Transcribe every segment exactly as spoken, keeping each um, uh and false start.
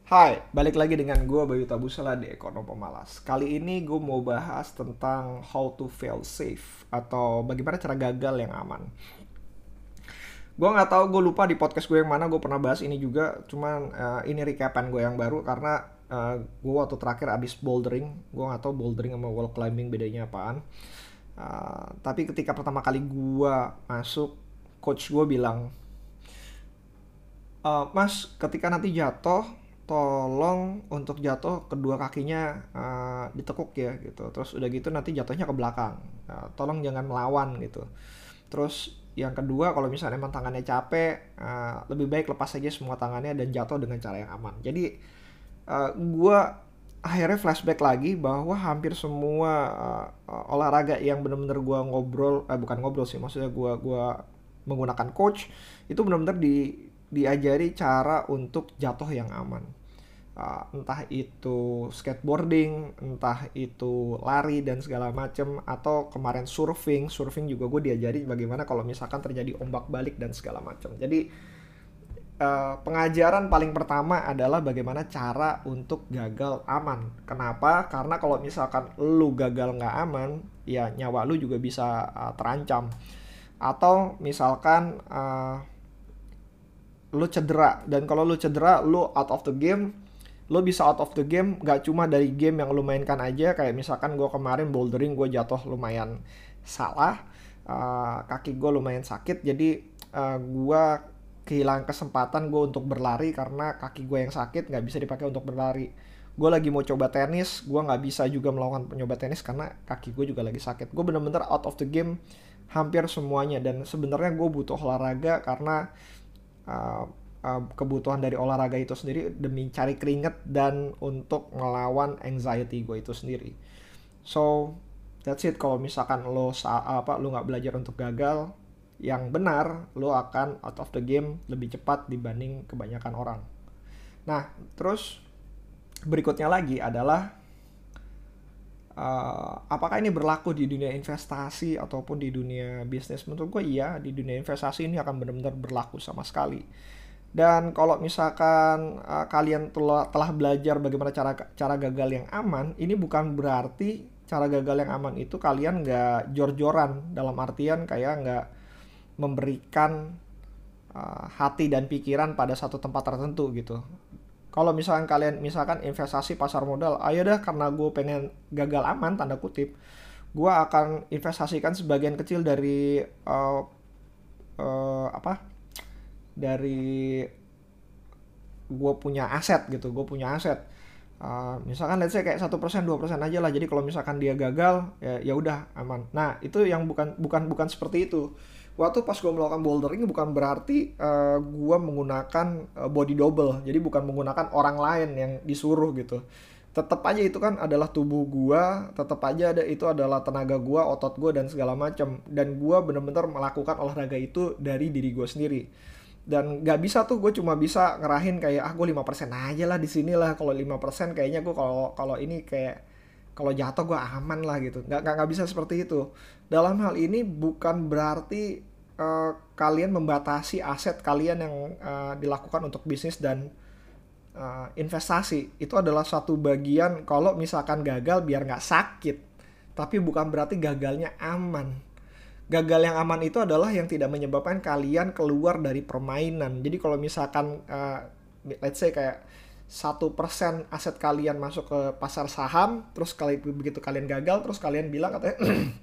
Hai, balik lagi dengan gue Bayu Tabusela di Ekonom Pemalas. Kali ini gue mau bahas tentang how to fail safe atau bagaimana cara gagal yang aman. Gue nggak tahu, gue lupa di podcast gue yang mana gue pernah bahas ini juga. Cuman eh, ini recapan gue yang baru karena eh, gue waktu terakhir abis bouldering. Gue nggak tahu bouldering sama wall climbing bedanya apaan. Eh, tapi ketika pertama kali gue masuk, coach gue bilang, "Eh, Mas, ketika nanti jatuh, tolong untuk jatuh kedua kakinya eh, ditekuk ya gitu. Terus udah gitu nanti jatuhnya ke belakang. Eh, tolong jangan melawan gitu. Terus yang kedua, kalau misalnya emang tangannya capek, eh, lebih baik lepas aja semua tangannya dan jatuh dengan cara yang aman." Jadi eh, gue akhirnya flashback lagi bahwa hampir semua eh, olahraga yang bener-bener gue ngobrol, eh bukan ngobrol sih, maksudnya gue gua menggunakan coach itu bener-bener di diajari cara untuk jatuh yang aman. Uh, entah itu skateboarding, entah itu lari dan segala macem, atau kemarin surfing, surfing juga gue diajari bagaimana kalau misalkan terjadi ombak balik dan segala macem. Jadi uh, pengajaran paling pertama adalah bagaimana cara untuk gagal aman. Kenapa? Karena kalau misalkan lu gagal nggak aman, ya nyawa lu juga bisa uh, terancam. Atau misalkan uh, lu cedera, dan kalau lu cedera lu out of the game. Lu bisa out of the game gak cuma dari game yang lu mainkan aja, kayak misalkan gue kemarin bouldering gue jatuh lumayan salah, uh, kaki gue lumayan sakit, jadi uh, gue kehilangan kesempatan gue untuk berlari karena kaki gue yang sakit nggak bisa dipakai untuk berlari. Gue lagi mau coba tenis, gue nggak bisa juga melakukan penyoba tenis karena kaki gue juga lagi sakit. Gue bener-bener out of the game hampir semuanya, dan sebenarnya gue butuh olahraga karena uh, uh, kebutuhan dari olahraga itu sendiri demi cari keringet dan untuk melawan anxiety gue itu sendiri. So that's it. Kalau misalkan lo sa- apa lo nggak belajar untuk gagal yang benar, lo akan out of the game lebih cepat dibanding kebanyakan orang. Nah, terus berikutnya lagi adalah uh, apakah ini berlaku di dunia investasi ataupun di dunia bisnis? Menurut gue iya, di dunia investasi ini akan benar-benar berlaku sama sekali. Dan kalau misalkan uh, kalian telah, telah belajar bagaimana cara cara gagal yang aman, ini bukan berarti cara gagal yang aman itu kalian nggak jor-joran, dalam artian kayak nggak memberikan uh, hati dan pikiran pada satu tempat tertentu gitu. Kalau misalkan kalian misalkan investasi pasar modal, ayo dah karena gue pengen gagal aman tanda kutip, gue akan investasikan sebagian kecil dari uh, uh, apa dari gue punya aset gitu, gue punya aset. Uh, misalkan let's say kayak satu persen dua persen aja lah, jadi kalau misalkan dia gagal ya ya udah aman. Nah itu yang bukan bukan bukan seperti itu. Waktu pas gue melakukan bouldering bukan berarti uh, gue menggunakan uh, body double, jadi bukan menggunakan orang lain yang disuruh gitu. Tetap aja itu kan adalah tubuh gue, tetap aja ada itu adalah tenaga gue, otot gue dan segala macam, dan gue bener-bener melakukan olahraga itu dari diri gue sendiri. Dan nggak bisa tuh gue cuma bisa ngerahin kayak ah gue lima persen aja lah di sini lah, kalau lima persen kayaknya gue kalau kalau ini kayak kalau jatuh gue aman lah gitu. Nggak nggak nggak bisa seperti itu. Dalam hal ini bukan berarti eh, kalian membatasi aset kalian yang eh, dilakukan untuk bisnis dan eh, investasi. Itu adalah satu bagian kalau misalkan gagal biar nggak sakit, tapi bukan berarti gagalnya aman. Gagal yang aman itu adalah yang tidak menyebabkan kalian keluar dari permainan. Jadi kalau misalkan uh, let's say kayak satu persen aset kalian masuk ke pasar saham, terus kali begitu kalian gagal, terus kalian bilang katanya,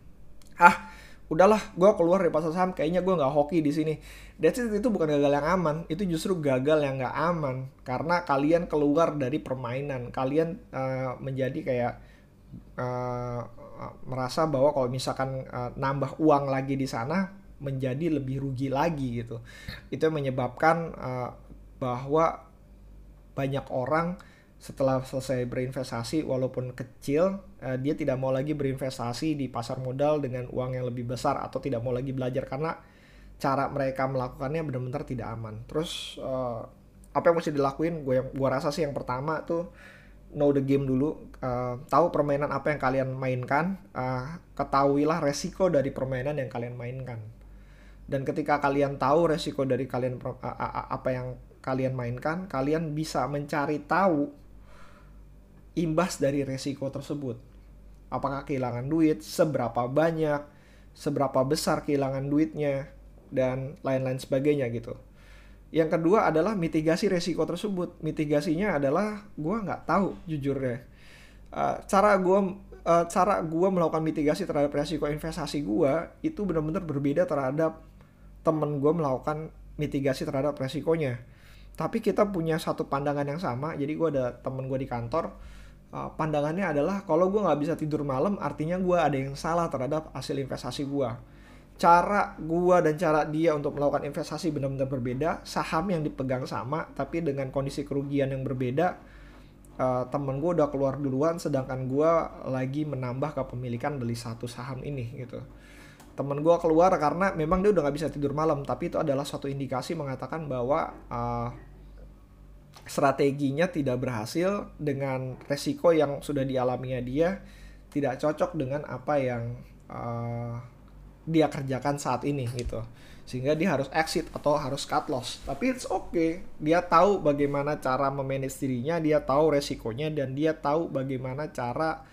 ah udahlah gue keluar dari pasar saham, kayaknya gue nggak hoki di sini. That's it, itu bukan gagal yang aman, itu justru gagal yang nggak aman karena kalian keluar dari permainan. Kalian uh, menjadi kayak uh, merasa bahwa kalau misalkan uh, nambah uang lagi di sana menjadi lebih rugi lagi gitu. Itu yang menyebabkan uh, bahwa banyak orang setelah selesai berinvestasi walaupun kecil, uh, dia tidak mau lagi berinvestasi di pasar modal dengan uang yang lebih besar, atau tidak mau lagi belajar karena cara mereka melakukannya benar-benar tidak aman. Terus uh, apa yang mesti dilakuin? Gue yang gue rasa sih yang pertama tuh know the game dulu. Uh, tahu permainan apa yang kalian mainkan, uh, ketahuilah resiko dari permainan yang kalian mainkan. Dan ketika kalian tahu resiko dari kalian uh, uh, apa yang kalian mainkan, kalian bisa mencari tahu imbas dari resiko tersebut. Apakah kehilangan duit, seberapa banyak, seberapa besar kehilangan duitnya, dan lain-lain sebagainya gitu. Yang kedua adalah mitigasi resiko tersebut. Mitigasinya adalah gue nggak tahu jujur deh. Uh, cara gue uh, cara gue melakukan mitigasi terhadap resiko investasi gue itu benar-benar berbeda terhadap temen gue melakukan mitigasi terhadap resikonya. Tapi kita punya satu pandangan yang sama. Jadi gue ada temen gue di kantor. Uh, pandangannya adalah kalau gue nggak bisa tidur malam, artinya gue ada yang salah terhadap hasil investasi gue. Cara gua dan cara dia untuk melakukan investasi benar-benar berbeda. Saham yang dipegang sama, tapi dengan kondisi kerugian yang berbeda. Uh, temen gue udah keluar duluan, sedangkan gua lagi menambah kepemilikan dari satu saham ini gitu. Temen gue keluar karena memang dia udah nggak bisa tidur malam, tapi itu adalah suatu indikasi mengatakan bahwa uh, strateginya tidak berhasil dengan resiko yang sudah dialaminya dia tidak cocok dengan apa yang uh, dia kerjakan saat ini gitu, sehingga dia harus exit atau harus cut loss. Tapi it's okay, dia tahu bagaimana cara memanage dirinya, dia tahu resikonya, dan dia tahu bagaimana cara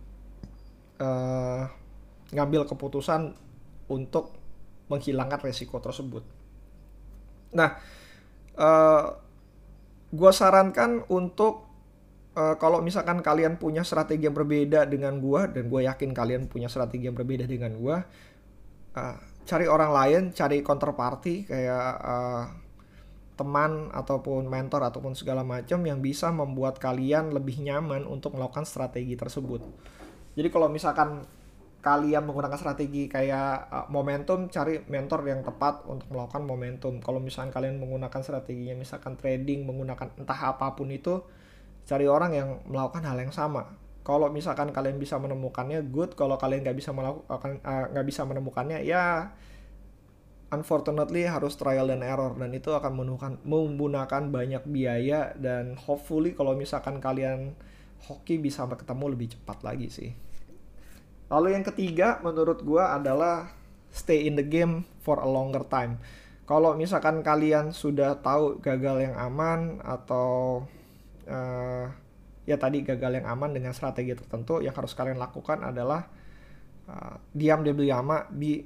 uh, ngambil keputusan untuk menghilangkan resiko tersebut. Nah, uh, gue sarankan untuk uh, kalau misalkan kalian punya strategi yang berbeda dengan gue, dan gue yakin kalian punya strategi yang berbeda dengan gue, Uh, cari orang lain, cari counterparty kayak uh, teman ataupun mentor ataupun segala macam yang bisa membuat kalian lebih nyaman untuk melakukan strategi tersebut. Jadi kalau misalkan kalian menggunakan strategi kayak uh, momentum, cari mentor yang tepat untuk melakukan momentum. Kalau misalkan kalian menggunakan strateginya misalkan trading, menggunakan entah apapun itu, cari orang yang melakukan hal yang sama. Kalau misalkan kalian bisa menemukannya, good. Kalau kalian nggak bisa melakukan, nggak uh, bisa menemukannya, ya unfortunately harus trial dan error, dan itu akan menggunakan banyak biaya, dan hopefully kalau misalkan kalian hoki bisa ketemu lebih cepat lagi sih. Lalu yang ketiga menurut gue adalah stay in the game for a longer time. Kalau misalkan kalian sudah tahu gagal yang aman atau uh, ya tadi gagal yang aman dengan strategi tertentu, yang harus kalian lakukan adalah uh, diam dibeli lama di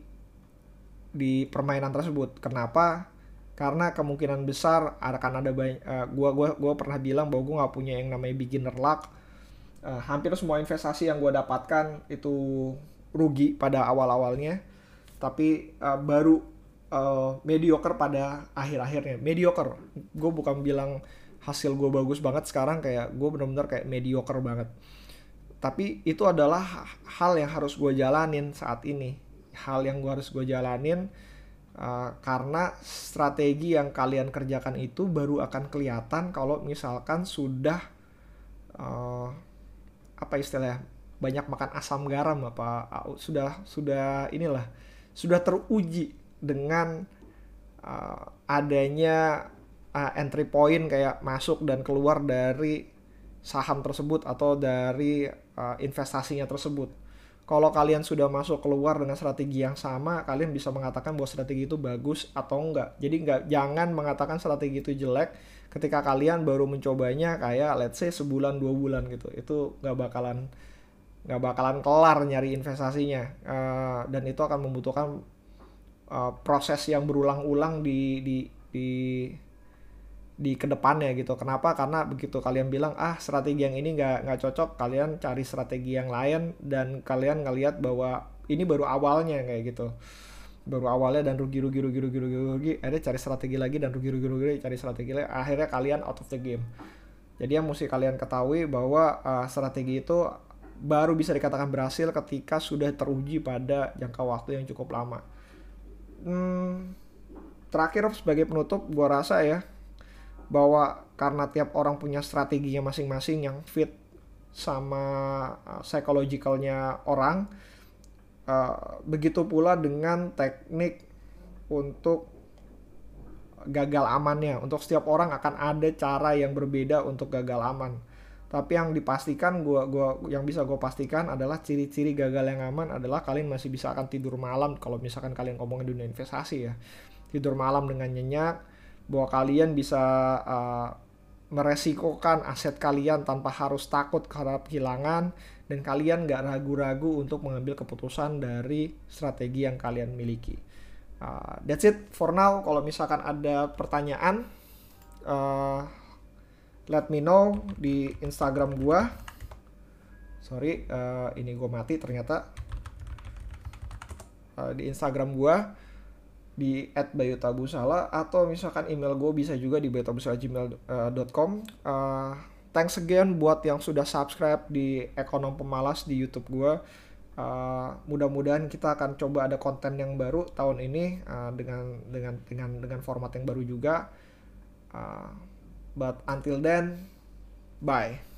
di permainan tersebut. Kenapa? Karena kemungkinan besar akan ada banyak. Uh, gua gua gua pernah bilang bahwa gua nggak punya yang namanya beginner luck. Uh, hampir semua investasi yang gua dapatkan itu rugi pada awal-awalnya, tapi uh, baru uh, mediocre pada akhir-akhirnya. Mediocre. Gue bukan bilang hasil gue bagus banget sekarang, kayak gue benar-benar kayak mediocre banget. Tapi itu adalah hal yang harus gue jalanin saat ini. Hal yang gue harus gue jalanin uh, karena strategi yang kalian kerjakan itu baru akan kelihatan kalau misalkan sudah uh, apa istilahnya, banyak makan asam garam, apa uh, sudah sudah inilah sudah teruji dengan uh, adanya Uh, entry point kayak masuk dan keluar dari saham tersebut atau dari uh, investasinya tersebut. Kalau kalian sudah masuk keluar dengan strategi yang sama, kalian bisa mengatakan bahwa strategi itu bagus atau enggak. Jadi enggak, jangan mengatakan strategi itu jelek ketika kalian baru mencobanya kayak let's say sebulan dua bulan gitu. Itu nggak bakalan nggak bakalan kelar nyari investasinya, uh, dan itu akan membutuhkan uh, proses yang berulang-ulang di di di di kedepannya gitu. Kenapa? Karena begitu kalian bilang ah strategi yang ini nggak nggak cocok, kalian cari strategi yang lain dan kalian ngelihat bahwa ini baru awalnya kayak gitu, baru awalnya dan rugi rugi rugi rugi rugi rugi akhirnya cari strategi lagi dan rugi rugi rugi cari strategi lagi, akhirnya kalian out of the game. Jadi yang mesti kalian ketahui bahwa uh, strategi itu baru bisa dikatakan berhasil ketika sudah teruji pada jangka waktu yang cukup lama. Hmm, terakhir sebagai penutup, gua rasa ya bahwa karena tiap orang punya strateginya masing-masing yang fit sama uh, psychologicalnya orang, uh, begitu pula dengan teknik untuk gagal amannya. Untuk setiap orang akan ada cara yang berbeda untuk gagal aman. Tapi yang dipastikan gua gua yang bisa gue pastikan adalah ciri-ciri gagal yang aman adalah kalian masih bisa akan tidur malam kalau misalkan kalian ngomongin dunia investasi ya. Tidur malam dengan nyenyak, bahwa kalian bisa uh, meresikokan aset kalian tanpa harus takut karena kehilangan, dan kalian nggak ragu-ragu untuk mengambil keputusan dari strategi yang kalian miliki. Uh, that's it for now. Kalau misalkan ada pertanyaan, uh, let me know di Instagram gua. Sorry, uh, ini gua mati ternyata. Uh, di Instagram gua di et bayutabusala, atau misalkan email gue bisa juga di bayutabusala gmail dot com. Uh, thanks again buat yang sudah subscribe di Ekonom Pemalas di YouTube gue. Uh, mudah-mudahan kita akan coba ada konten yang baru tahun ini uh, dengan dengan dengan dengan format yang baru juga. Uh, but until then, bye.